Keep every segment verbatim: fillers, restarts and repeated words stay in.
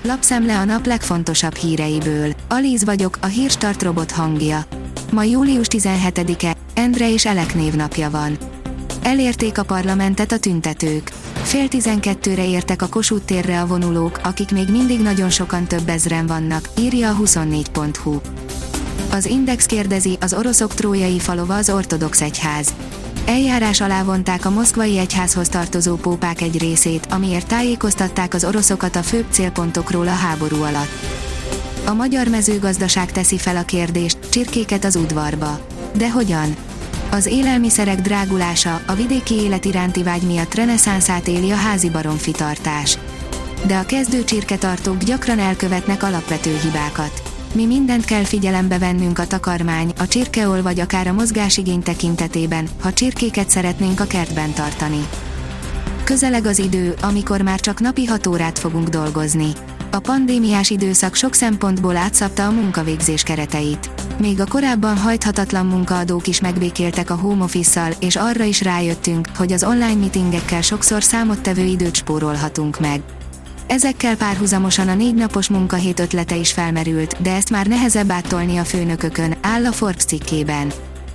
Lapszemle a nap legfontosabb híreiből. Alíz vagyok, a Hírstart robot hangja. Ma július tizenhetedike, Endre és Elek névnapja van. Elérték a parlamentet a tüntetők. Fél tizenkettőre értek a Kossuth térre a vonulók, akik még mindig nagyon sokan több ezren vannak, írja a huszonnégy pont hu. Az Index kérdezi, az oroszok trójai falova az ortodox egyház. Eljárás alá vonták a moszkvai egyházhoz tartozó pópák egy részét, amiért tájékoztatták az oroszokat a főbb célpontokról a háború alatt. A magyar mezőgazdaság teszi fel a kérdést, csirkéket az udvarba. De hogyan? Az élelmiszerek drágulása, a vidéki élet iránti vágy miatt reneszánszát éli a házi baromfitartás. De a kezdő csirketartók gyakran elkövetnek alapvető hibákat. Mi mindent kell figyelembe vennünk a takarmány, a csirkeol vagy akár a mozgásigény tekintetében, ha csirkéket szeretnénk a kertben tartani. Közeleg az idő, amikor már csak napi hat órát fogunk dolgozni. A pandémiás időszak sok szempontból átszabta a munkavégzés kereteit. Még a korábban hajthatatlan munkaadók is megbékéltek a home office-szal, és arra is rájöttünk, hogy az online meetingekkel sokszor számottevő időt spórolhatunk meg. Ezekkel párhuzamosan a négy napos munkahét ötlete is felmerült, de ezt már nehezebb áttolni a főnökökön, áll a Forbes cikkében.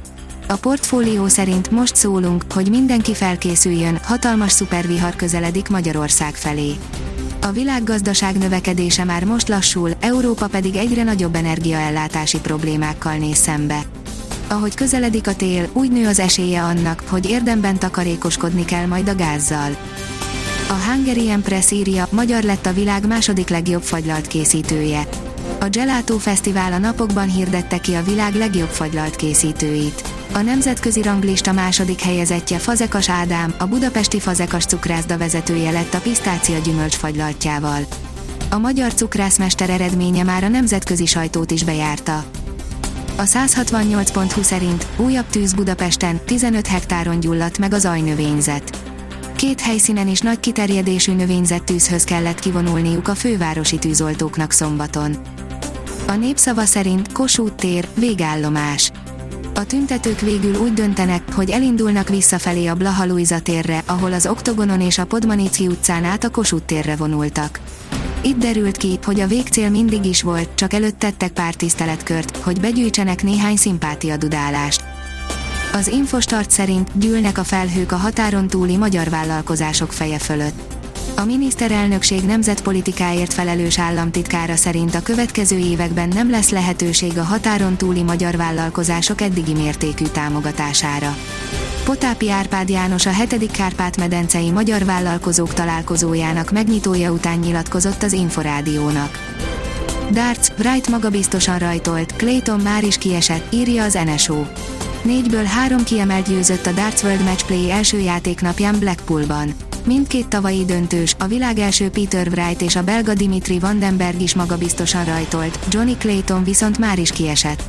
A portfólió szerint most szólunk, hogy mindenki felkészüljön, hatalmas szupervihar közeledik Magyarország felé. A világgazdaság növekedése már most lassul, Európa pedig egyre nagyobb energiaellátási problémákkal néz szembe. Ahogy közeledik a tél, úgy nő az esélye annak, hogy érdemben takarékoskodni kell majd a gázzal. A Hungarian Press írja, magyar lett a világ második legjobb fagylalt készítője. A Gelato Fesztivál a napokban hirdette ki a világ legjobb fagylalt készítőit. A nemzetközi ranglista második helyezettje Fazekas Ádám, a budapesti Fazekas cukrászda vezetője lett a pisztácia gyümölcs fagylaltjával. A magyar cukrászmester eredménye már a nemzetközi sajtót is bejárta. A száz hatvannyolc pont hu szerint újabb tűz Budapesten, tizenöt hektáron gyulladt meg az ajnövényzet. Két helyszínen is nagy kiterjedésű növényzettűzhöz kellett kivonulniuk a fővárosi tűzoltóknak szombaton. A Népszava szerint Kossuth tér, végállomás. A tüntetők végül úgy döntenek, hogy elindulnak visszafelé a Blaha Lujza térre, ahol az Oktogonon és a Podmaniczy utcán át a Kossuth térre vonultak. Itt derült ki, hogy a végcél mindig is volt, csak előtt tettek pár tiszteletkört, hogy begyűjtsenek néhány szimpátiadudálást. Az Infostart szerint gyűlnek a felhők a határon túli magyar vállalkozások feje fölött. A miniszterelnökség nemzetpolitikáért felelős államtitkára szerint a következő években nem lesz lehetőség a határon túli magyar vállalkozások eddigi mértékű támogatására. Potápi Árpád János a hetedik Kárpát-medencei magyar vállalkozók találkozójának megnyitója után nyilatkozott az Inforádiónak. Darts, Wright magabiztosan rajtolt, Clayton már is kiesett, írja az en es o. Négyből három kiemelt győzött a Darts World Matchplay első játéknapján Blackpoolban. Mindkét tavalyi döntős, a világ első Peter Wright és a belga Dimitri Vandenberg is magabiztosan rajtolt, Johnny Clayton viszont már is kiesett.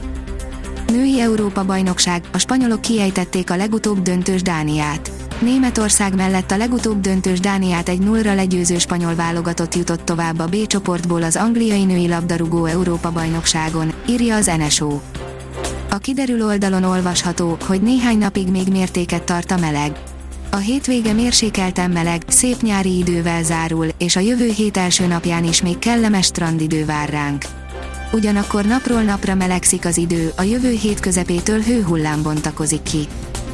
Női Európa-bajnokság, a spanyolok kiejtették a legutóbb döntős Dániát. Németország mellett a legutóbb döntős Dániát egy nullra legyőző spanyol válogatott jutott tovább a B csoportból az angliai női labdarúgó Európa-bajnokságon, írja az en es o. A kiderül oldalon olvasható, hogy néhány napig még mértéket tart a meleg. A hétvége mérsékelten meleg, szép nyári idővel zárul, és a jövő hét első napján is még kellemes strandidő vár ránk. Ugyanakkor napról napra melegszik az idő, a jövő hét közepétől hőhullám bontakozik ki.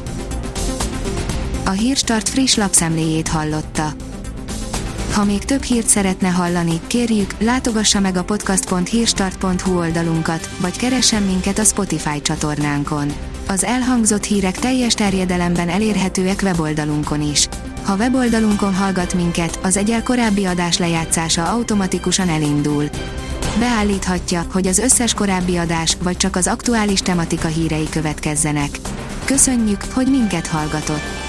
A Hírstart friss lapszemléjét hallotta. Ha még több hírt szeretne hallani, kérjük, látogassa meg a podcast pont hírstart pont hu oldalunkat, vagy keressen minket a Spotify csatornánkon. Az elhangzott hírek teljes terjedelemben elérhetőek weboldalunkon is. Ha weboldalunkon hallgat minket, az egyel korábbi adás lejátszása automatikusan elindul. Beállíthatja, hogy az összes korábbi adás, vagy csak az aktuális tematika hírei következzenek. Köszönjük, hogy minket hallgatott!